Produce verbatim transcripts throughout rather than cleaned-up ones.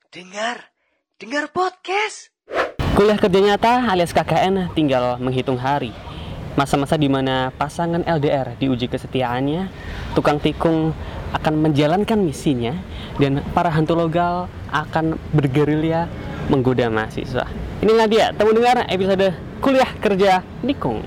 Dengar, dengar podcast. Kuliah kerja nyata alias K K N tinggal menghitung hari. Masa-masa di mana pasangan L D R diuji kesetiaannya, tukang tikung akan menjalankan misinya, dan para hantu logal akan bergerilya menggoda mahasiswa. Inilah dia, temu dengar episode Kuliah Kerja Nikung.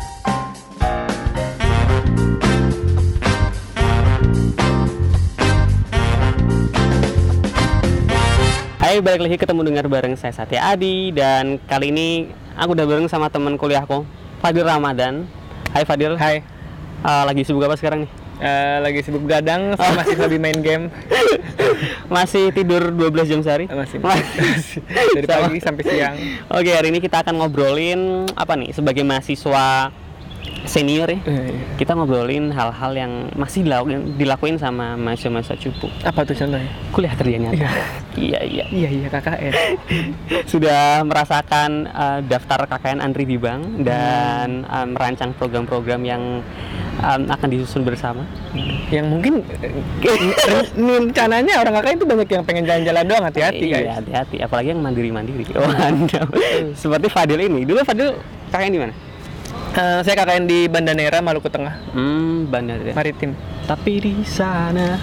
Hai, balik lagi ketemu dengar bareng saya Satya Adi. Dan kali ini aku udah bareng sama teman kuliahku, Fadil Ramadan. Hai Fadil. Hai. Uh, lagi sibuk apa sekarang nih? Uh, lagi sibuk gadang, oh. Masih lebih main game. Masih tidur dua belas jam sehari? Masih. masih. Dari pagi sampai siang. Oke, hari ini kita akan ngobrolin apa nih? Sebagai mahasiswa senior ya, uh, iya. Kita ngobrolin hal-hal yang masih dilakuin, dilakuin sama mahasiswa-mahasiswa cupu. Apa tuh contohnya? Kuliah kerja nyata. Iya. Iya iya. Iya iya K K N. Sudah merasakan uh, daftar K K N antri di bank dan hmm. uh, merancang program-program yang um, akan disusun bersama. Yang mungkin rencananya orang K K N itu banyak yang pengen jalan-jalan doang, hati-hati guys. Iya, hati-hati, apalagi yang mandiri-mandiri. Oh, seperti Fadil ini. Dulu Fadil K K N di mana? Uh, saya K K N di Banda Neira, Maluku Tengah. Hmm, Banda Neira. Maritim. Tapi di sana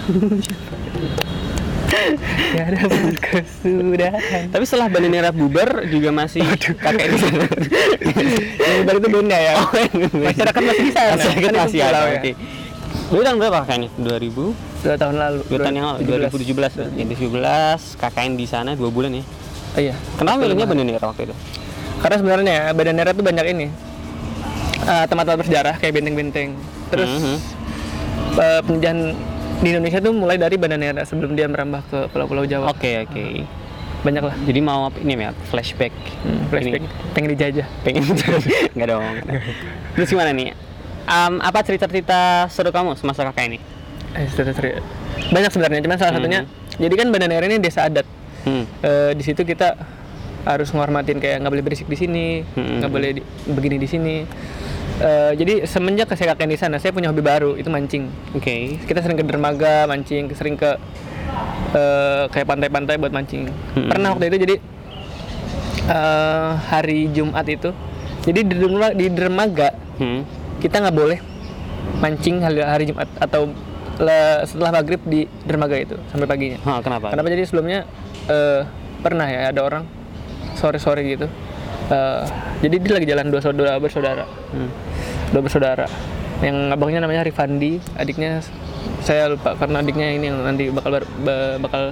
ya ada kesudahan. Tapi setelah Banda Neira bubar juga masih K K N di sana. Yang bubar itu Bunda ya. Oh, masyarakat masih di sana. Masyarakat masih ada. Oke. Dulu tahun berapa K K N ini? dua ribu? dua tahun lalu. dua tahun yang lalu, dua ribu tujuh belas. dua ribu tujuh belas K K N di sana dua bulan ya. Oh iya. Kenapa milihnya Banda Neira waktu itu? Karena sebenarnya Banda Neira itu banyak ini. Uh, tempat-tempat bersejarah kayak benteng-benteng. Terus mm-hmm. uh, penjajahan di Indonesia tuh mulai dari Banda Neira sebelum dia merambah ke pulau-pulau Jawa. Oke okay, oke. Okay. Banyak lah. Jadi mau ini ya flashback. Hmm, flashback. Ini. Pengen dijajah. Pengen dijajah. Enggak dong. Terus gimana nih? Um, apa cerita-cerita seru kamu semasa K K N ini? Eh, cerita-cerita. Banyak sebenarnya, cuman salah satunya. Mm-hmm. Jadi kan Banda Neira ini desa adat. Mm. Uh, di situ kita harus menghormatin kayak nggak boleh berisik di sini, nggak mm-hmm. boleh di, begini di sini. Uh, jadi semenjak saya K K N di sana, saya punya hobi baru, itu mancing. Oke. Okay. Kita sering ke dermaga mancing, sering ke uh, kayak pantai-pantai buat mancing. Hmm. Pernah waktu itu jadi uh, hari Jumat itu, jadi di dermaga, di dermaga hmm. kita nggak boleh mancing hari, hari Jumat atau le, setelah maghrib di dermaga itu sampai paginya. Ha, kenapa? Kenapa? Jadi sebelumnya uh, pernah ya ada orang sore-sore gitu. Uh, jadi dia lagi jalan dua saudara bersaudara, hmm. dua bersaudara. Yang abangnya namanya Rifandi, adiknya saya lupa karena adiknya ini yang nanti bakal ber, bakal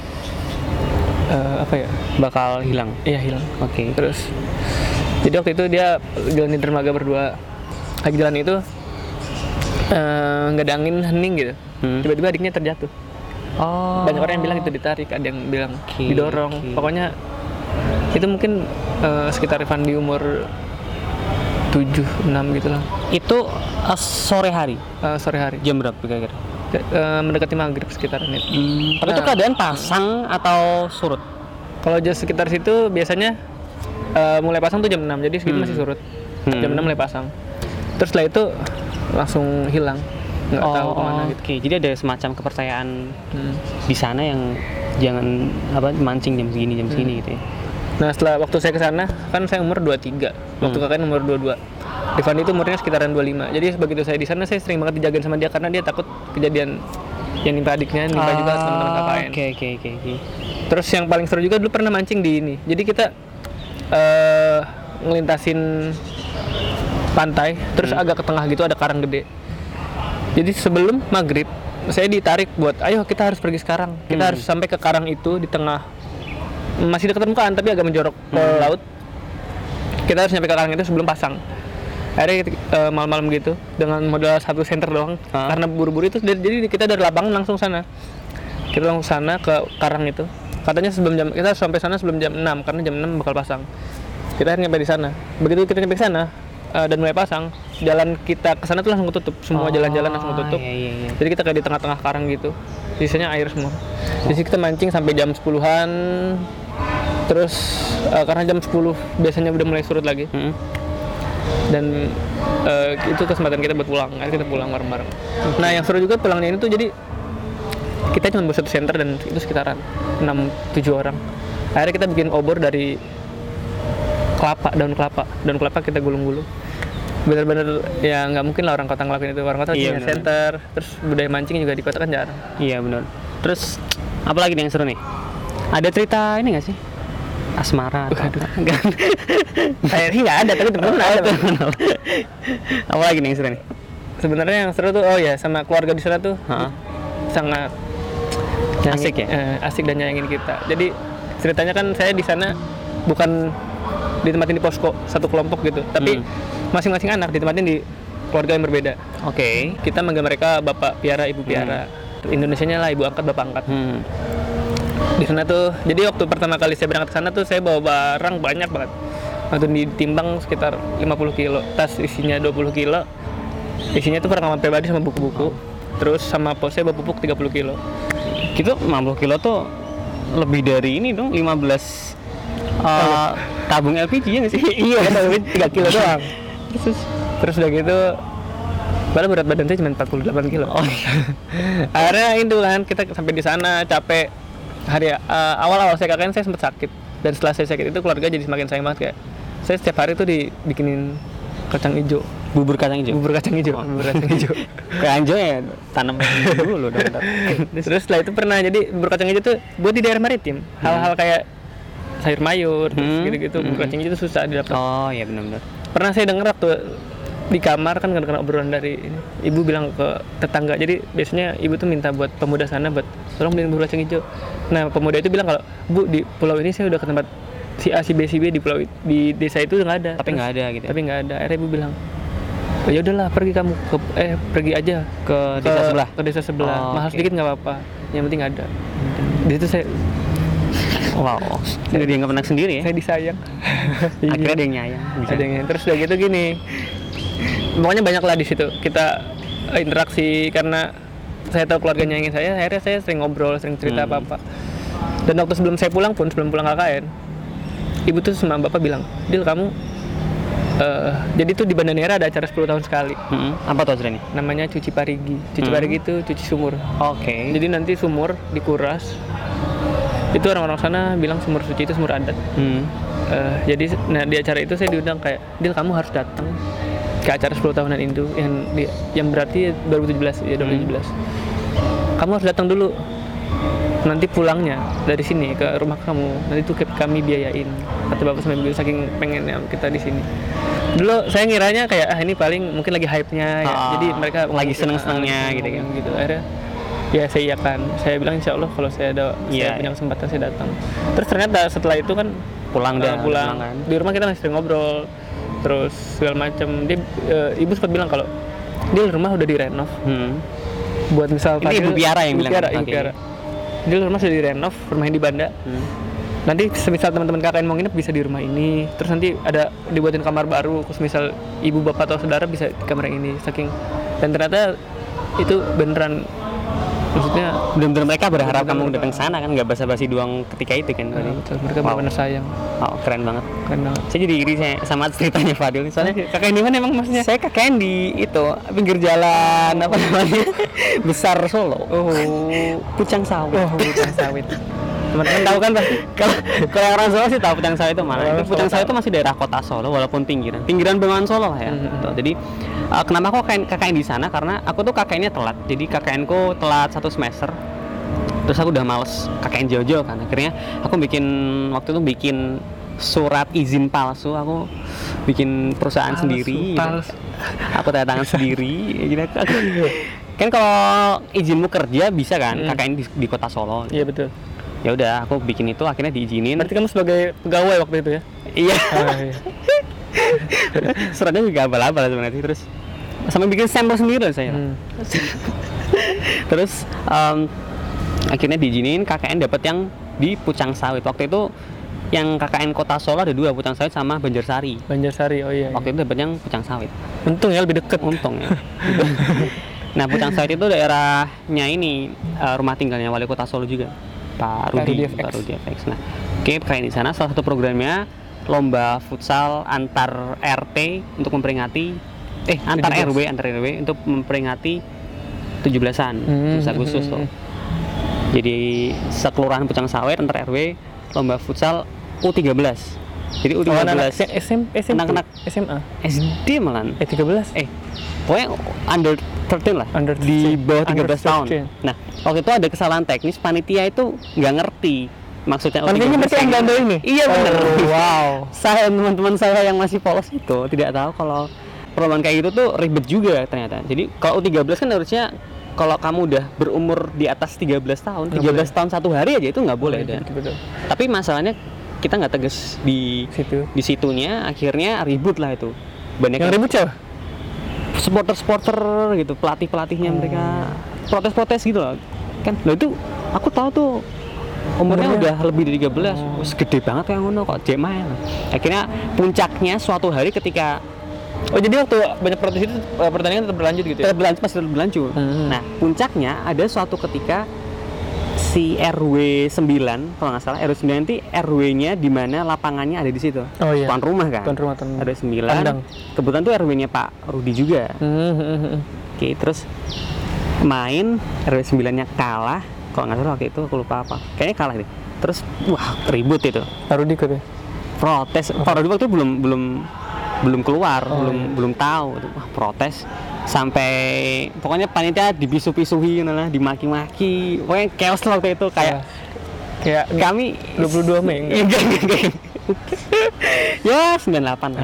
uh, apa ya? Bakal hilang. Iya hilang. Oke. Okay. Terus jadi waktu itu dia jalan di dermaga berdua, lagi jalan itu nggak uh, ada angin hening gitu. Hmm. Tiba-tiba adiknya terjatuh. Oh. Banyak orang yang bilang itu ditarik, ada yang bilang okay. didorong. Okay. Pokoknya itu mungkin uh, sekitar Rifandi umur tujuh, enam gitu lah. Itu uh, sore hari? Uh, sore hari. Jam berapa kira-kira? Uh, mendekati maghrib sekitaran itu. Hmm. Tapi nah, itu keadaan pasang atau surut? Kalau jauh sekitar situ biasanya uh, mulai pasang tuh jam enam, jadi segitu hmm. masih surut. Hmm. Jam enam mulai pasang. Terus setelah itu langsung hilang. Nggak oh, tahu kemana gitu. Oke, okay. Jadi ada semacam kepercayaan hmm. di sana yang jangan apa mancing jam segini, jam hmm. segini gitu ya. Nah setelah waktu saya kesana kan saya umur dua puluh tiga, waktu hmm. kakaknya umur dua puluh dua. Rifandi itu umurnya sekitaran dua puluh lima. Jadi begitu saya di sana saya sering banget dijagain sama dia karena dia takut kejadian yang nimpa adiknya, nimpa ah, juga teman-teman K K N. Oke oke oke. Terus yang paling seru juga dulu pernah mancing di ini. Jadi kita uh, ngelintasin pantai, terus hmm. agak ke tengah gitu ada karang gede. Jadi sebelum maghrib saya ditarik buat, ayo kita harus pergi sekarang. Kita hmm. harus sampai ke karang itu di tengah. Masih dekat permukaan tapi agak menjorok ke hmm. laut. Kita harus nyampe ke karang itu sebelum pasang. Akhirnya kita, uh, malam-malam gitu dengan modal satu senter doang. Hah? Karena buru-buru itu jadi kita dari lapangan langsung sana. Kita langsung sana ke karang itu. Katanya sebelum jam kita sampai sana sebelum jam enam karena jam enam bakal pasang. Kita akhirnya nyampe di sana. Begitu kita nyampe di sana uh, dan mulai pasang, jalan kita ke sana tuh langsung ketutup. Semua oh, jalan-jalan langsung ketutup. Iya, iya, iya. Jadi kita kayak di tengah-tengah karang gitu. Sisanya air semua. Jadi kita mancing sampai jam sepuluhan. Terus uh, karena jam sepuluh biasanya udah mulai surut lagi. Hmm. Dan uh, itu kesempatan kita buat pulang. Akhirnya kita pulang bareng-bareng. Nah, yang seru juga pulangnya ini tuh jadi kita cuma buat satu center dan itu sekitaran enam tujuh orang. Akhirnya kita bikin obor dari kelapa, daun kelapa, daun kelapa kita gulung-gulung. Bener-bener ya nggak mungkin lah orang kota ngelakuin itu. Orang kota Iya, punya bener. center, terus budaya mancing juga di kota kan jarang. Iya benar. Terus apa lagi nih yang seru nih? Ada cerita ini nggak sih? Asmara atau apa? Enggak. Kayaknya nggak ada, tapi temen ada. Apa lagi nih yang seru nih? Sebenarnya yang seru tuh, oh ya sama keluarga di sana tuh Hah? sangat Asik ya? eh, asik dan nyayangin kita. Jadi ceritanya kan saya di sana bukan ditempatin di posko satu kelompok gitu, tapi Hmm. masing-masing anak ditempatin di keluarga yang berbeda. Oke. Kita manggil mereka bapak piara, ibu piara. Indonesianya lah ibu angkat, bapak angkat. Hmm. Di sana tuh, jadi waktu pertama kali saya berangkat ke sana tuh saya bawa barang banyak banget. Waktu ditimbang sekitar lima puluh kilo, tas isinya dua puluh kilo. Isinya tuh perlengkapan pribadi sama buku-buku. Terus sama pos saya bawa pupuk tiga puluh kilo. Itu lima puluh kilo tuh lebih dari ini dong, lima belas uh, tabung L P G ya nggak sih? Iya, tapi tiga kilo doang. Terus Terus udah gitu, padahal berat badan saya cuma empat puluh delapan kilo. oh iya. Akhirnya itu kan kita sampai di sana capek. Hari uh, awal-awal saya kakaknya saya sempat sakit, dan setelah saya sakit itu keluarga jadi semakin sayang banget kayak. Saya setiap hari tuh dibikinin kacang hijau, Bubur kacang hijau. bubur kacang hijau, bubur kacang hijau. Kayak anjo ya tanam dulu dong. Ntar. Terus setelah itu pernah jadi bubur kacang hijau tuh buat di daerah maritim. Hal-hal kayak sayur mayur, terus Hmm. gitu-gitu. Bubur Hmm. kacang hijau itu susah didapat. Oh iya benar-benar. Pernah saya dengar waktu di kamar kan karena obrolan dari ini, ibu bilang ke tetangga. Jadi biasanya ibu tuh minta buat pemuda sana buat tolong beliin bubur kacang hijau. Nah pemuda itu bilang kalau bu di pulau ini saya udah ke tempat si A si B si B di pulau di desa itu udah nggak ada. Tapi nggak ada gitu. Tapi nggak ada. Akhirnya ibu bilang, oh, ya udahlah pergi kamu ke eh pergi aja Ke desa sebelah. Ke desa sebelah. Oh, Mahal oke. sedikit nggak apa-apa. Yang penting ada. Di situ saya Wow. Jadi dia nggak pernah sendiri ya. saya disayang. Akhirnya dia yang nyayang. Bisa. Ada yang terus udah gitu gini. Pokoknya banyak lah di situ kita eh, interaksi karena saya tahu keluarga nyayangin saya. Akhirnya saya sering ngobrol, sering cerita Hmm. apa-apa. Dan waktu sebelum saya pulang pun, sebelum pulang K K N, ibu tuh sama bapak bilang, Dil kamu eh, jadi tuh di Bandanera ada acara sepuluh tahun sekali. Hmm. Apa tuh ceritanya? Namanya cuci parigi. Cuci Hmm. parigi itu cuci sumur. Oke. Jadi nanti sumur dikuras. Itu orang-orang sana bilang sumur suci itu sumur adat. Hmm. Eh, jadi nah di acara itu saya diundang kayak, Dil kamu harus datang ke acara sepuluh tahunan itu yang di, yang berarti dua ribu tujuh belas ya dua ribu tujuh belas. Kamu harus datang dulu. Nanti pulangnya dari sini ke rumah kamu, nanti tuh kami biayain. Kata bapak sama ibu saking pengennya kita di sini. Dulu saya ngiranya kayak ah ini paling mungkin lagi hype-nya ya. Ah, Jadi mereka lagi ngomong- seneng-senengnya ah, gitu kan. ngomong gitu. Akhirnya ya saya iakan. Saya bilang insya Allah kalau saya ada Iya, saya punya iya. kesempatan saya datang. Terus ternyata setelah itu kan Pulang Uh, dah. pulang kan. di rumah kita masih sering ngobrol terus segala macam. Dia uh, ibu sempat bilang kalau dia rumah udah direnov Hmm. buat misal Ini Fadil- Ibu Piara yang Ibu bilang? Piara, Ibu Oke. Piara. Dia rumah sudah direnov, rumahnya di Banda. Hmm. Nanti semisal teman-teman K K N mau nginep bisa di rumah ini. Terus nanti ada dibuatin kamar baru. Terus misal ibu bapak atau saudara bisa di kamar yang ini. Saking dan ternyata itu beneran. Maksudnya Benar-benar mereka berharap Bener-bener kamu datang sana kan, nggak basa-basi doang ketika itu kan. uh, tadi. betul, mereka Wow. benar-benar sayang. Oh, keren banget. Keren banget. Saya jadi iri saya sama ceritanya Fadil. Soalnya Kakak ini mana emang maksudnya? saya kakaknya di itu pinggir jalan apa namanya besar Solo. Oh, Pucang Sawit. oh, bukan sawit. Teman-teman tahu kan pasti. Kalau kalau orang Solo sih tahu Pucang Sawit itu mana? Orang Itu Pucang Solo Sawit itu masih daerah kota Solo walaupun pinggiran. Pinggiran Bengawan Solo lah ya. Mhm. Gitu. Jadi uh, kenapa aku kakak kakaknya di sana? Karena aku tuh kakaknya telat. Jadi kakakku telat satu semester. Terus aku udah males K K N jauh-jauh kan. Akhirnya aku bikin waktu itu bikin surat izin palsu. Aku bikin perusahaan Palsu, sendiri. gitu. palsu. Aku tanda tangan sendiri. Gitu. Kan kalau izinmu kerja bisa kan Hmm. K K N di, di kota Solo. Iya betul. Ya udah, aku bikin itu akhirnya diizinin. Berarti kamu sebagai pegawai waktu itu ya? Iya. Ah, iya. Suratnya juga abal-abal sebenarnya. Terus sampai bikin sampel sendiri loh saya. Hmm. Terus em, akhirnya diizinin K K N dapat yang di Pucang Sawit. Waktu itu yang K K N Kota Solo ada dua, Pucang Sawit sama Banjarsari. Banjarsari, oh iya. iya. Waktu itu dapat yang Pucang Sawit. Untung ya lebih deket. Untung ya. Nah, Pucang Sawit itu daerahnya ini eh, rumah tinggalnya wali kota Solo juga, Pak Pak Rudi. Rudi F X. Pak Rudi F X. Nah, oke, kayak di sana salah satu programnya lomba futsal antar R T untuk memperingati eh antar tujuh belas. R W antar R W untuk memperingati tujuh belasan Hmm, tujuh belas Agustus hmm, tuh. hmm. Jadi sekelurahan Pucang Sawit antar R W lomba futsal U tiga belas. Jadi U tiga belas oh, S M P, anak-anak S M A, S D malah. eh tiga belas. Eh, pokoknya under tiga belas lah. Under di bawah tiga belas tahun. thirteen. Nah, waktu itu ada kesalahan teknis, panitia itu nggak ngerti maksudnya. Panitianya berarti yang gandol ini? Iya benar. Oh, wow. Saya teman-teman saya yang masih polos itu tidak tahu kalau perlombaan kayak gitu tuh ribet juga ternyata. Jadi kalau U tiga belas kan harusnya kalau kamu udah berumur di atas tiga belas tahun, Nggak tiga belas boleh. tahun satu hari aja itu nggak boleh. Oh, Dan. betul. Tapi masalahnya kita nggak tegas di Situ. di situnya, akhirnya ribut lah itu. Banyak Yang ribut siapa? supporter-supporter gitu, pelatih-pelatihnya Oh. mereka protes-protes gitu loh. Kan loh itu aku tahu tuh umurnya Umurnya? udah lebih dari tiga belas. Oh. Wah, gede banget kayak ngono kok jek main. Akhirnya puncaknya suatu hari ketika Oh jadi waktu banyak protes itu eh, pertandingan tetap berlanjut gitu ya? tetap berlanjut masih tetap berlanjut. Hmm. Nah, puncaknya ada suatu ketika si R W sembilan kalau nggak salah R W sembilan itu R W-nya di mana lapangannya ada di situ. Oh iya. Tuan rumah kan. Tuan rumah, tuan rumah. R W sembilan. Kandang. Kebetulan tuh R W-nya Pak Rudi juga. Hmm, hmm, hmm. Oke, terus main R W sembilan-nya kalah. Kalau nggak salah waktu itu aku lupa apa. Kayaknya kalah deh. Terus wah ribut itu. Taruh di ikut ya? Protes. Pak Rudi waktu itu belum belum belum keluar, Oh, belum iya. belum tahu. Wah, protes sampai pokoknya panitia dibisu-bisuhi lah, dimaki-maki. Pokoknya chaos lah waktu itu kayak Kayak kami dua puluh dua Mei enggak? Enggak, enggak, enggak. Ya sembilan puluh delapan lah.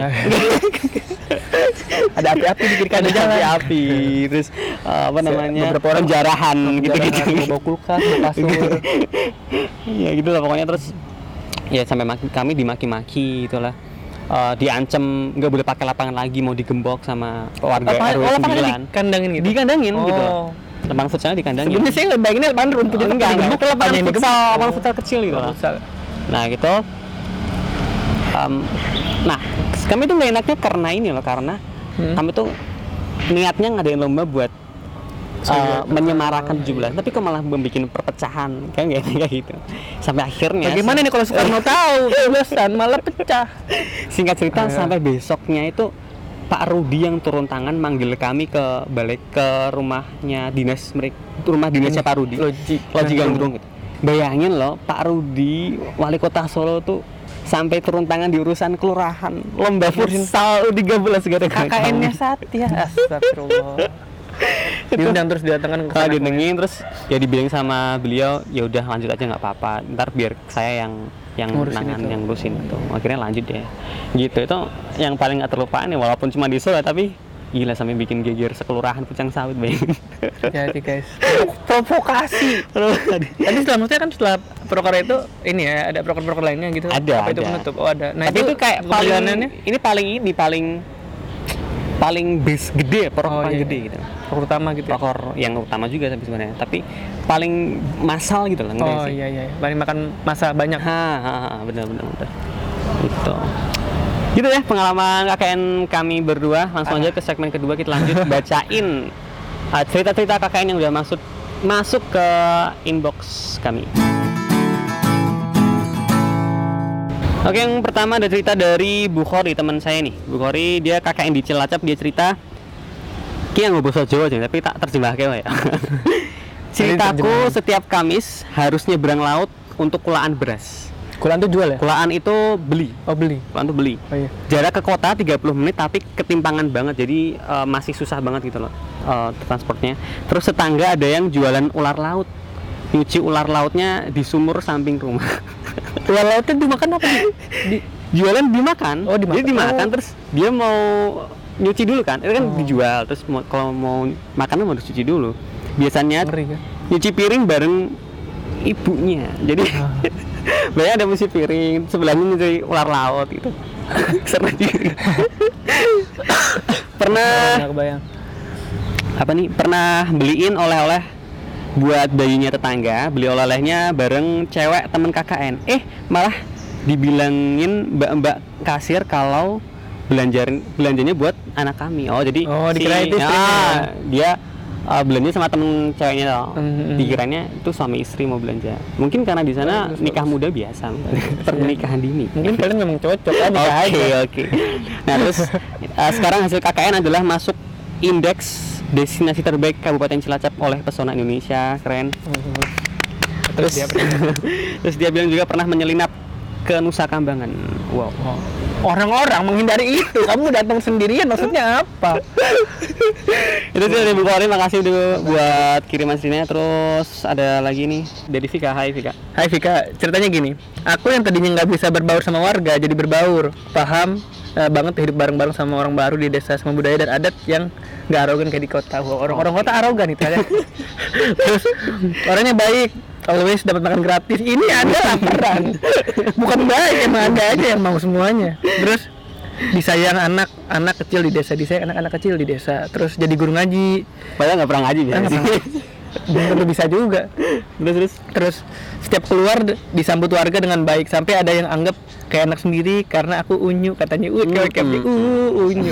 Ada api-api di kiri kanan Ada jalan. api, terus uh, apa namanya beberapa orang penjarahan gitu-gitu. bawa kulkas, bawa kasur. Ya gitu lah pokoknya, terus ya sampai maki, kami dimaki-maki itulah. Uh, diancam nggak boleh pakai lapangan lagi, mau digembok sama warga Apa, R W oh, lapangan sembilan. dikandangin gitu? Dikandangin Oh. gitu. Lapangan futsalnya dikandangin. Sebenarnya saya nggak bayanginnya lapangan rumput itu enggak, enggak, itu lapangan yang futsal, digembok. lapangan futsal kecil gitu lah. Futsal. Nah gitu. Um, nah kami tuh nggak enaknya karena ini loh, karena Hmm. kami tuh niatnya ngadain lomba buat uh, Oh, iya. menyemarakan tujuh belas, tapi kok malah membuat perpecahan, kan nggak kayak gitu. Sampai akhirnya Bagaimana nih kalau Soekarno tahu tujuh belasan malah pecah. singkat cerita Ayo. sampai besoknya itu Pak Rudi yang turun tangan manggil kami ke balik ke rumahnya dinas mereka, rumah dinasnya Pak Rudi. Logi. Logi Gandrung gitu. Bayangin loh, Pak Rudi wali kota Solo tuh sampai turun tangan di urusan kelurahan lomba futsal U tiga belas gara-gara K K N-nya Satya. Astagfirullah. Diundang terus didatangkan ke kalau sana. didenengin terus ya dibilang sama beliau ya udah lanjut aja nggak apa-apa, ntar biar saya yang yang Ngurusin nangan itu. yang ngurusin itu. Akhirnya lanjut deh gitu. Itu yang paling nggak terlupakan ya, walaupun cuma di Solo tapi gila sampai bikin geger sekelurahan Pucang Sawit bayangin. Jadi guys, provokasi. Tadi setelah maksudnya kan setelah proker itu ini ya ada proker-proker lainnya gitu. Ada, Apa itu ada. penutup? Oh ada. Nah Tapi itu kayak paling perjalanannya ini paling ini paling paling base gede, prok Oh, paling iya. gede gitu. proker utama gitu. Ya? Prokor yang utama juga tapi sebenarnya, tapi paling massal gitu lah, ngerti Oh sih? iya iya. Paling makan masa banyak. Ha, ha, ha, benar benar benar. Gitu. Gitu ya pengalaman K K N kami berdua. Langsung aja ke segmen kedua, kita lanjut bacain uh, cerita-cerita K K N yang udah masuk masuk ke inbox kami. Oke, yang pertama ada cerita dari Bu Khori, teman saya nih. Bu Khori dia K K N di Cilacap, dia cerita ki yang bahasa Jawa aja tapi tak terjemahke wae ya. Ceritaku setiap Kamis harus nyebrang laut untuk kulaan beras. Kulaan tuh jual ya? Kulaan itu beli. Oh beli. Kulaan itu beli. Oh iya. Jarak ke kota tiga puluh menit tapi ketimpangan banget. Jadi uh, masih susah banget gitu loh uh, transportnya. Terus tetangga ada yang jualan ular laut. Nyuci ular lautnya di sumur samping rumah. Ular lautnya dimakan apa? Di Jualan dimakan. Oh, dimakan. Dia dimakan Oh. terus dia mau nyuci dulu kan. Itu kan Oh. dijual. Terus mau, kalau mau makan mau dicuci dulu. Biasanya ngeri kan? nyuci piring bareng ibunya. Jadi Ah. banyak ada nyuci piring, sebelahnya nyuci ular laut gitu. Seru juga. Pernah Nggak kebayang. apa nih? Pernah beliin oleh-oleh buat bayinya tetangga, beli oleh-olehnya bareng cewek temen K K N. Eh, malah dibilangin mbak-mbak kasir kalau belanjar belanjanya buat anak kami. Oh, jadi Oh, dikira itu istrinya. ah, dia uh, belanja sama temen ceweknya loh. Hmm. Dikiranya itu suami istri mau belanja. Mungkin karena di sana Bagus, nikah bagus. muda biasa, pernikahan dini. Mungkin kalian memang cocok aja Oke, aja. oke. Nah, terus uh, sekarang hasil K K N adalah masuk indeks destinasi terbaik Kabupaten Cilacap oleh Pesona Indonesia. Keren. Terus dia terus dia bilang juga pernah menyelinap ke Nusa Kambangan. Wow. Oh. Orang-orang menghindari itu, kamu datang sendirian maksudnya apa? Itu sih dari Bu Kori, makasih udah buat kiriman sini. Terus ada lagi nih dari Vika. Hai Vika. Hai Vika, ceritanya gini. Aku yang tadinya nggak bisa berbaur sama warga jadi berbaur. Paham uh, banget hidup bareng-bareng sama orang baru di desa, sama budaya dan adat yang nggak arogan kayak di kota. Orang-orang kota arogan itu ya. Terus orangnya baik, always dapat makan gratis. Ini ada laparan. Bukan baik, emang ada aja yang mau semuanya. Terus disayang anak-anak kecil di desa, disayang anak-anak kecil di desa. Terus jadi guru ngaji. Padahal nggak pernah ngaji ya. Bener bisa juga. Terus terus terus setiap keluar d- disambut warga dengan baik, sampai ada yang anggap kayak anak sendiri karena aku unyu, katanya uh kayak kayak uh unyu.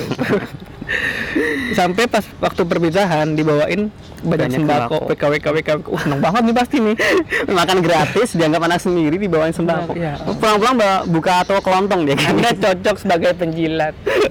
Sampai pas waktu perpisahan dibawain banyak sembako, W K W K W K. Wah, seneng banget nih pasti nih. Makan gratis, dianggap anak sendiri, dibawain sembako. Iya. Pulang-pulang ba- buka atau kelontong dia. Anda cocok sebagai penjilat.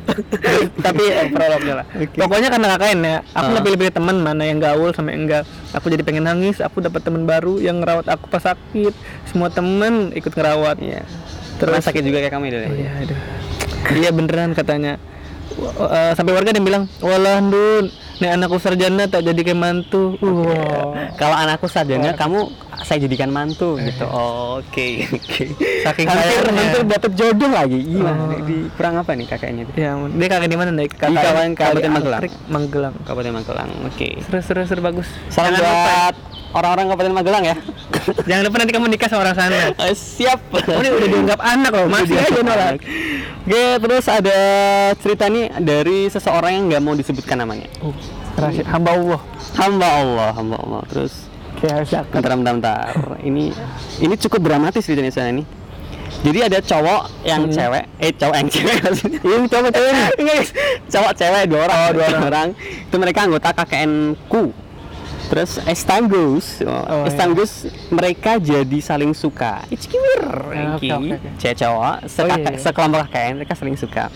Tapi eh, prolognya lah. Okay. Pokoknya karena K K N ya, aku Ah. nggak pilih-pilih teman mana yang gaul sama yang enggak. Aku jadi pengen nangis, aku dapat teman baru yang ngerawat aku pas sakit. Semua temen ikut ngerawat. Iya. Terus Terus sakit juga kayak kamu itu. Oh, iya, aduh. Iya beneran katanya. Uh, sampai warga ada yang bilang, walah Dun, nih anakku sarjana tak jadi kayak mantu. Wow. Kalau anakku sarjana, kamu saya jadikan mantu gitu. Oke, oke. Saking Hampir sayangnya. hampir dapat jodoh lagi. Gimana? Oh. Di kurang apa nih kakaknya? Ya, dia kakek di mana nih? Di kawan- Kabupaten Magelang. Magelang. Kabupaten Magelang. Oke. Seru seru seru bagus. Salam Jangan lupa. buat orang-orang Kabupaten Magelang ya. Jangan lupa nanti kamu nikah sama orang sana. Eh, siap. Oh, ini udah dianggap anak loh, masih aja nolak. Oke, terus ada cerita nih dari seseorang yang nggak mau disebutkan namanya. Uh, rahasia hamba Allah. Hamba Allah, hamba Allah. Terus Kayak zakat. bentar, bentar, bentar. Ini ini cukup dramatis ceritanya sana ini. Jadi ada cowok yang Hmm. cewek, eh cowok yang cewek maksudnya. Ini cowok cewek. Enggak, guys. Cowok cewek dua orang, Oh, dua orang. Itu mereka anggota K K N ku. Terus as time goes, oh, Oh, as time goes, mereka jadi saling suka. Icikir, Ah, oke, oke, oke. cewek cowok, Oh, iya, iya. sekelompok K K N mereka saling suka.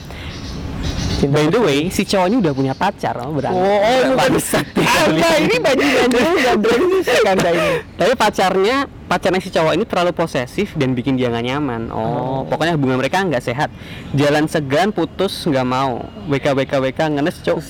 Cinta By the way, si cowok ini udah punya pacar, oh, berarti. Oh, oh, lu bangsat. Anda ini bajingan juga brengsek Anda ini. Tapi pacarnya, pacarnya si cowok ini terlalu posesif dan bikin dia nggak nyaman. Oh, pokoknya hubungan mereka nggak sehat. Jalan segan, putus nggak mau. W K W K W K ngenes cowok.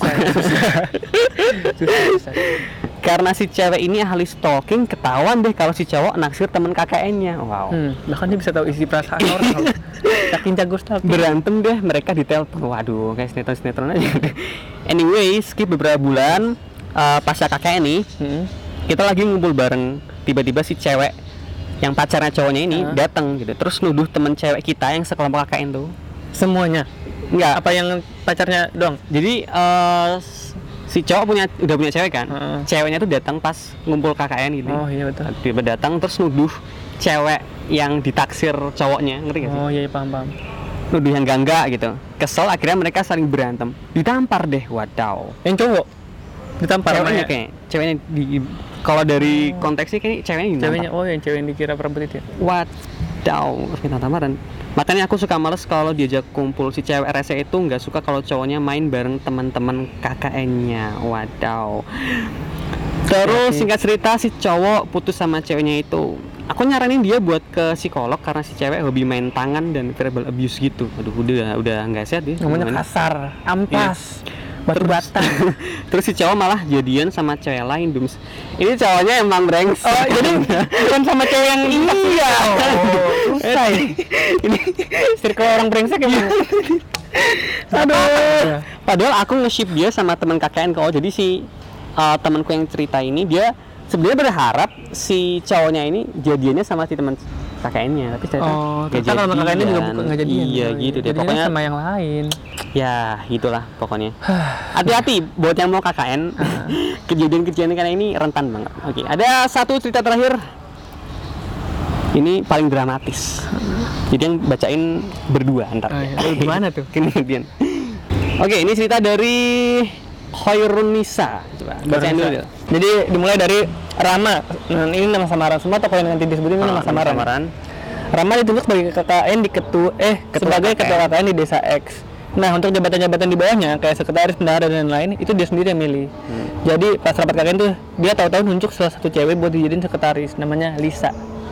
Karena si cewek ini ahli stalking, ketahuan deh kalau si cowok naksir temen K K N-nya. Wow. Hmm, bahkan dia bisa tahu isi perasaan orang. loh. Saking jago stalking. Berantem deh mereka di telepon. Waduh, kayak sinetron-sinetron aja. Anyway, skip beberapa bulan uh, pasca K K N nih, Hmm. kita lagi ngumpul bareng. Tiba-tiba si cewek yang pacarnya cowoknya ini Uh. datang gitu, terus nuduh temen cewek kita yang sekelompok K K N tuh. Semuanya. Enggak. Apa yang pacarnya doang? Jadi uh, si cowok punya udah punya cewek kan, Heeh. ceweknya tuh datang pas ngumpul K K N gitu. Oh iya betul. Tiba datang terus nuduh cewek yang ditaksir cowoknya, ngerti gak sih? Oh iya iya, paham paham. Nuduh yang enggak gitu. Kesel, akhirnya mereka saling berantem. Ditampar deh, wadaw. Yang cowok ditampar Ceweknya namanya. kayak ceweknya di kalau dari konteksnya kayak ceweknya ditampar. Ceweknya, oh yang cewek yang dikira perebut itu ya? Wadaw, harus minta tamparan. Makanya aku suka males kalau diajak kumpul. Si cewek rese itu nggak suka kalau cowoknya main bareng teman-teman K K N-nya. Wadaw. Terus singkat cerita si cowok putus sama ceweknya itu. Aku nyaranin dia buat ke psikolog karena si cewek hobi main tangan dan verbal abuse gitu. Aduh, udah udah nggak sehat dia. Namanya Gimana? kasar, ampas, batu bata. Terus si cowok malah jadian sama cewek lain, Dums. Ini cowoknya emang brengsek. Oh jadi bukan sama cewek yang iya. Oh, susah ini. Ini Circle orang brengsek ya. Aduh. Padahal aku nge-ship dia sama teman K K N kok. Jadi si uh, temanku yang cerita ini dia sebenarnya berharap si cowoknya ini jadiannya sama si teman K K N-nya, tapi ternyata Oh, nggak ternyata kalau kakaknya juga jadian. bukan nggak jadian. Iya Oh, gitu deh. jadinya Pokoknya sama yang lain. ya gitulah pokoknya. Hati-hati buat yang mau K K N. Kejadian-kejadian karena ini rentan banget. Oke, ada satu cerita terakhir. Ini paling dramatis. Jadi yang bacain berdua ntar. Oh, iya. Gimana tuh? Kemudian. Oke, ini cerita dari Khairunisa. Coba bacain dulu. Del. Jadi dimulai dari Rama. Nah, ini nama samaran semua tokoh yang nanti disebutin ini nama Ah, samaran. samaran. Rama ditunjuk sebagai K K N di ketua eh Ketua sebagai K K N. ketua K K N di desa X. Nah, untuk jabatan-jabatan di bawahnya kayak sekretaris, bendahara dan lain-lain itu dia sendiri yang milih. Hmm. Jadi pas rapat K K N tuh dia tahu-tahu nunjuk salah satu cewek buat dijadiin sekretaris namanya Lisa.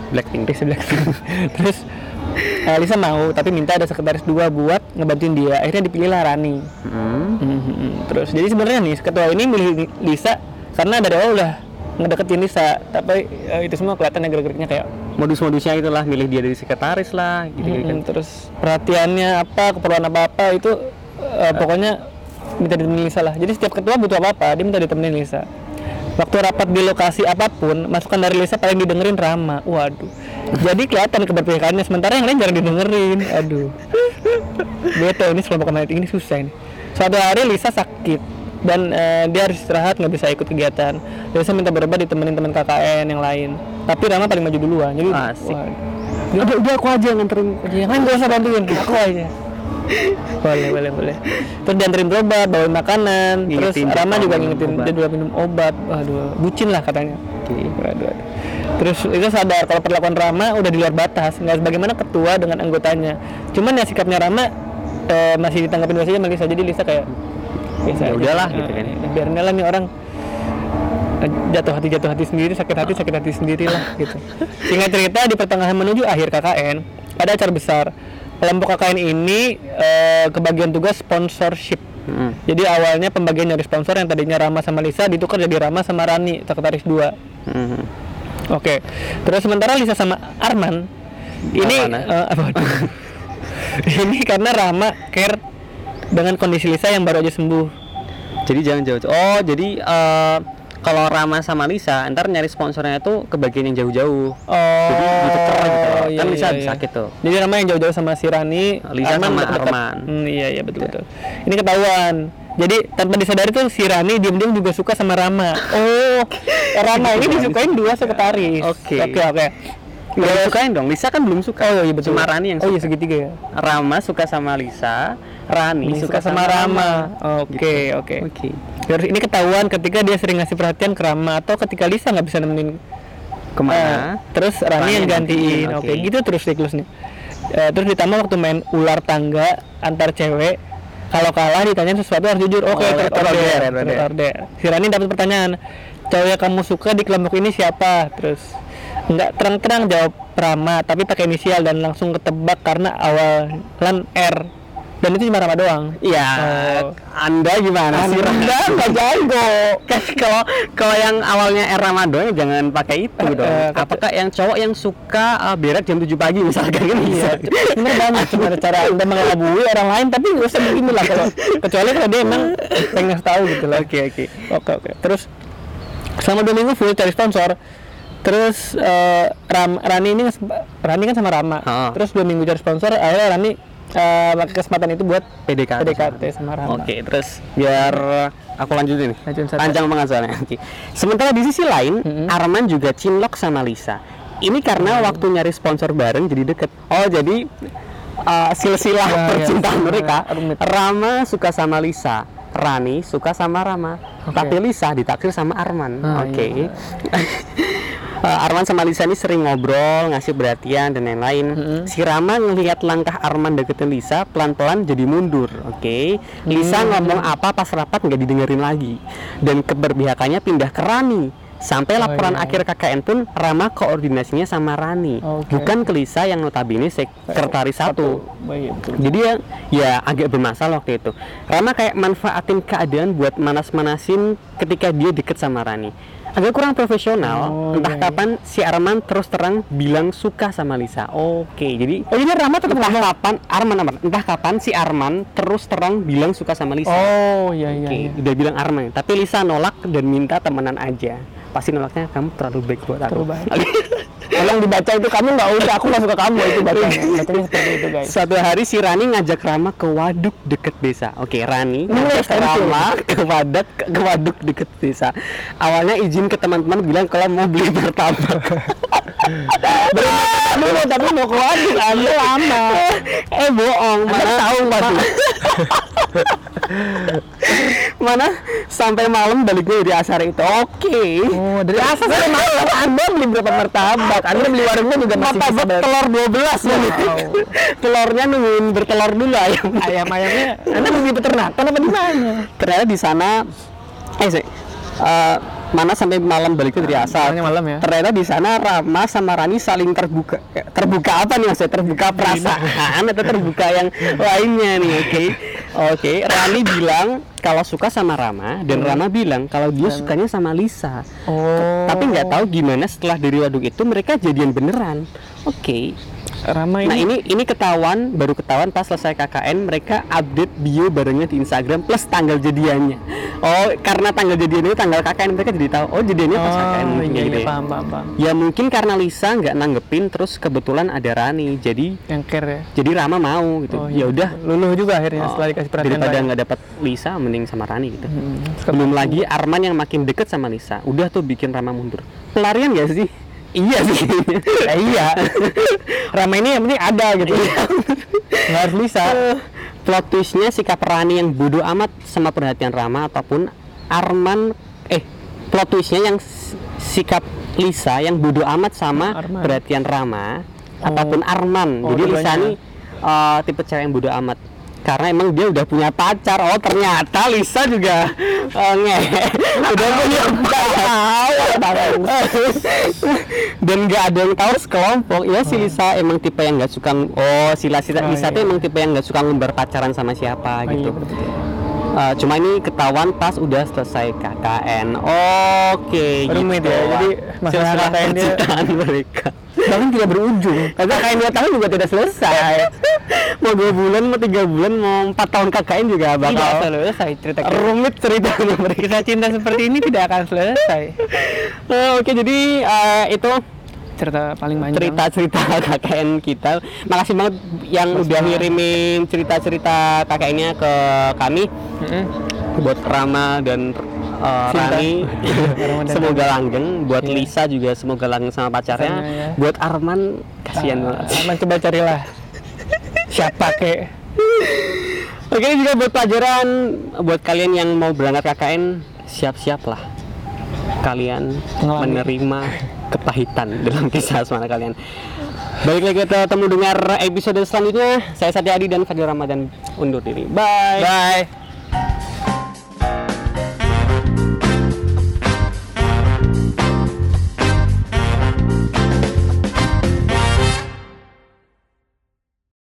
Blackpink. Lisa Blackpink. Terus uh, Lisa mau tapi minta ada sekretaris dua buat ngebantuin dia. Akhirnya dipilihlah Rani. Hmm. Mm-hmm. Terus jadi sebenarnya nih ketua ini milih Lisa karena dari awal udah ngedeketin Lisa, tapi uh, itu semua kelihatannya gerak-geriknya kayak modus-modusnya itulah, milih dia dari sekretaris lah gitu mm-hmm. kan. Terus perhatiannya apa, keperluan apa-apa itu uh, pokoknya minta ditemenin Lisa lah. Jadi setiap ketua butuh apa-apa dia minta ditemenin Lisa. Waktu rapat di lokasi apapun, masukan dari Lisa paling didengerin Rama. Waduh. Jadi kelihatan keberpihakannya, sementara yang lain jarang didengerin. Aduh. Bete ini kelompok kemarin ini susah ini. Suatu hari Lisa sakit dan uh, dia harus istirahat, nggak bisa ikut kegiatan. Lisa minta berobat ditemenin teman K K N yang lain. Tapi Rama paling maju duluan. Jadi asik. Waduh. Udah, udah aku aja nganterin. Jangan gak usah bantuin, aku aja. boleh boleh boleh terus dianterin berobat, bawain makanan, Ngingetin terus Rama juga ngingetin obat. dia udah minum obat. Waduh, bucin lah katanya. Okay. Waduh, waduh. Terus itu sadar kalau perlakuan Rama udah di luar batas, nggak sebagaimana ketua dengan anggotanya. Cuman ya sikapnya Rama eh, masih ditanggapin biasa aja sama Lisa, jadi Lisa kayak biasa Ya aja. udahlah gitu kan. Eh, biarin lah nih orang eh, jatuh hati jatuh hati sendiri, sakit hati sakit hati sendiri lah gitu. Singkat cerita di pertengahan menuju akhir K K N ada acara besar. Kelompok K K N ini uh, kebagian tugas sponsorship. Mm. Jadi awalnya pembagian dari sponsor yang tadinya Rama sama Lisa ditukar jadi Rama sama Rani, sekretaris dua. Mm-hmm. Oke. Okay. Terus sementara Lisa sama Arman ini uh, apa? ini karena Rama care dengan kondisi Lisa yang baru aja sembuh. Jadi jangan jauh. Oh, jadi uh, kalau Rama sama Lisa ntar nyari sponsornya itu ke bagian yang jauh-jauh. Oh, jadi dituker gitu. Iya, Kan Lisa iya, sakit tuh. Jadi Rama yang jauh-jauh sama si Rani, Lisa Arman sama deket-deket. Arman. Hmm, iya iya betul betul. Ini ketahuan. Jadi tanpa disadari tuh si Rani diam-diam juga suka sama Rama. Oh, Rama ini disukain dua sekretaris. Oke. Oke oke. Belum sukain dong. Lisa kan belum suka. Oh iya betul. Cuma Rani yang suka. Oh iya segitiga ya. Rama suka sama Lisa, Rani Suka, suka, sama, sama Rama. Oke Gitu. oke. Oke. Terus ini ketahuan ketika dia sering ngasih perhatian ke Rama atau ketika Lisa nggak bisa nemenin Kemana? Uh, terus Rani, Rani yang yang gantiin. gantiin, Oke, oke. gitu terus siklusnya. Uh, terus ditambah waktu main ular tangga antar cewek, kalau kalah ditanyain sesuatu harus jujur. Oke, Oh, terus order, order, order. terus order. Si Rani dapat pertanyaan, cowok yang kamu suka di kelompok ini siapa? Terus nggak terang-terang jawab Rama, tapi pakai inisial dan langsung ketebak karena awalan R. Dan itu cuma Rama doang. Iya. Oh. Anda gimana sih? Anda nggak jago. Kan kalau kalau yang awalnya R Ramadan jangan pakai itu Eh, dong. eh, kata- Apakah yang cowok yang suka uh, berak jam tujuh pagi misalkan kan bisa. Sebenarnya banyak sebenarnya cara Anda mengelabui orang lain, tapi nggak usah begini lah kalau kecuali kalau dia emang pengen tahu gitu lah. Oke oke. Oke oke. Terus selama dua minggu full cari sponsor. Terus eh, Ram, Rani ini Rani kan sama Rama. Ha. Terus dua minggu cari sponsor, akhirnya Rani eh, pakai kesempatan itu buat P D K T. P D K T sama Rama. Oke, terus biar aku lanjutin nih. Lanjutin satu. Panjang banget soalnya. Oke. Sementara di sisi lain, Mm-hmm. Arman juga cinlok sama Lisa. Ini karena waktu nyari sponsor bareng jadi deket. Oh, jadi uh, silsilah Ya, percintaan ya. mereka. Rumit. Rama suka sama Lisa, Rani suka sama Rama. Oke. Tapi Lisa ditaksir sama Arman. Ah, Oke. iya. Uh, Arman sama Lisa ini sering ngobrol, ngasih perhatian dan lain-lain. Mm-hmm. Si Rama ngelihat langkah Arman deketin Lisa, pelan-pelan jadi mundur. Oke. Lisa Mm-hmm. ngomong apa pas rapat nggak didengerin lagi, dan keberpihakannya pindah ke Rani. Sampai Oh, laporan iya. akhir K K N pun Rama koordinasinya sama Rani, Oke. bukan ke Lisa yang notabene sekretaris satu. Baik, betul. Jadi ya, ya agak bermasalah waktu itu. Rama kayak manfaatin keadaan buat manas-manasin ketika dia deket sama Rani. Agak kurang profesional. Oh, Entah iya, kapan si Arman terus terang bilang suka sama Lisa. Oke, jadi Oh jadi Rama tetap entah ngomong. kapan Arman Arman, entah kapan si Arman terus terang bilang suka sama Lisa. Oh iya iya. Oke, iya. udah bilang Arman, tapi Lisa nolak dan minta temenan aja. Pasti nolaknya, kamu terlalu baik buat aku. Terlalu baik. Tolong dibaca itu, kamu nggak usah, aku nggak suka kamu itu bacanya. Bacanya seperti itu guys. Suatu hari si Rani ngajak Rama ke waduk deket desa. Oke, Rani ngajak Nulis, Rama ke waduk ke waduk deket desa. Awalnya izin ke teman-teman bilang kalau mau beli martabak. Dulu tapi mau ke waduk, anda lama. eh bohong, Anda mana tahu waduk. mana sampai malam baliknya dari asar itu. Oke. Oh dari asal sampai malam Anda beli berapa martabak? Anda beli warungnya juga masih bisa Martabak bayar. telur dua belas ya. Wow. Telurnya nungguin bertelur dulu ayam. Ayam-ayamnya Anda beli peternakan apa di mana? Ternyata di sana eh sih, eh, mana sampai malam balik dari asal. Pulangnya malam ya. Ternyata di sana Rama sama Rani saling terbuka. Eh, terbuka apa nih maksudnya? Terbuka perasaan atau terbuka yang lainnya nih, oke? Okay? Oke, okay. Rani bilang kalau suka sama Rama dan hmm. Rama bilang kalau dia sukanya sama Lisa. Oh. Tapi nggak tahu gimana setelah dari waduk itu mereka jadian beneran. Oke. Okay. Rama ini. Nah ini ini ketahuan baru ketahuan pas selesai K K N mereka update bio barengnya di Instagram plus tanggal jadiannya. Oh karena tanggal jadiannya tanggal K K N mereka jadi tahu. Oh jadiannya pas oh, K K N iya, gitu iya, ya. paham, paham, paham. Ya mungkin karena Lisa nggak nanggepin terus kebetulan ada Rani jadi yang care ya. Jadi Rama mau gitu. Oh, ya udah luluh juga akhirnya oh, setelah dikasih perhatian. Daripada nggak dapat Lisa mending sama Rani gitu. Hmm, Belum lagi Arman yang makin deket sama Lisa. Udah tuh bikin Rama mundur. Pelarian gak sih? Iya sih. Ya, iya. Rama ini yang penting ada gitu. Nggak harus bisa. Uh, plot twistnya sikap Rani yang bodoh amat sama perhatian Rama ataupun Arman eh plot twistnya yang sikap Lisa yang bodoh amat sama Arman. perhatian Rama oh. ataupun Arman. Oh, Jadi Lisa dua-duanya. ini uh, tipe cewek yang bodoh amat. Karena emang dia udah punya pacar. Oh ternyata Lisa juga uh, nge udah punya pacar dan nggak ada yang tahu sekelompok. Ya si Lisa emang tipe yang nggak suka. Oh si Lisa, oh, Lisa iya. tuh emang tipe yang nggak suka ngumbar pacaran sama siapa Oh, gitu. iya, betul. Uh, cuma ini ketahuan pas udah selesai K K N. Oke, Rumit gitu. ya. Jadi masalah Silsilah K K N dia percintaan mereka. bahkan tidak berujung. Karena K K N dua tahun juga tidak selesai. Mau dua bulan, mau tiga bulan, mau empat tahun K K N juga bakal Tidak selesai cerita kita. rumit ceritanya mereka. Kisah cinta seperti ini tidak akan selesai. Uh, Oke, jadi uh, itu Cerita paling panjang. cerita-cerita K K N kita. Makasih banget yang Mas udah Mas. ngirimin cerita-cerita K K N-nya ke kami. Mm-mm. Buat Rama dan uh, Cinta. Rani Rama dan semoga langgeng. Buat Iya. Lisa juga semoga langgeng sama pacarnya. Pacarnya, ya. Buat Arman kasihan Ah, banget. Arman coba carilah siapa kek. Oke, ini juga buat pelajaran buat kalian yang mau berangkat K K N, siap-siaplah kalian Mengalami. menerima kepahitan dalam kisah asmara kalian. Balik lagi kita ketemu dengar episode selanjutnya. Saya Satya Adi dan Fadil Ramadan undur diri. Bye. Bye.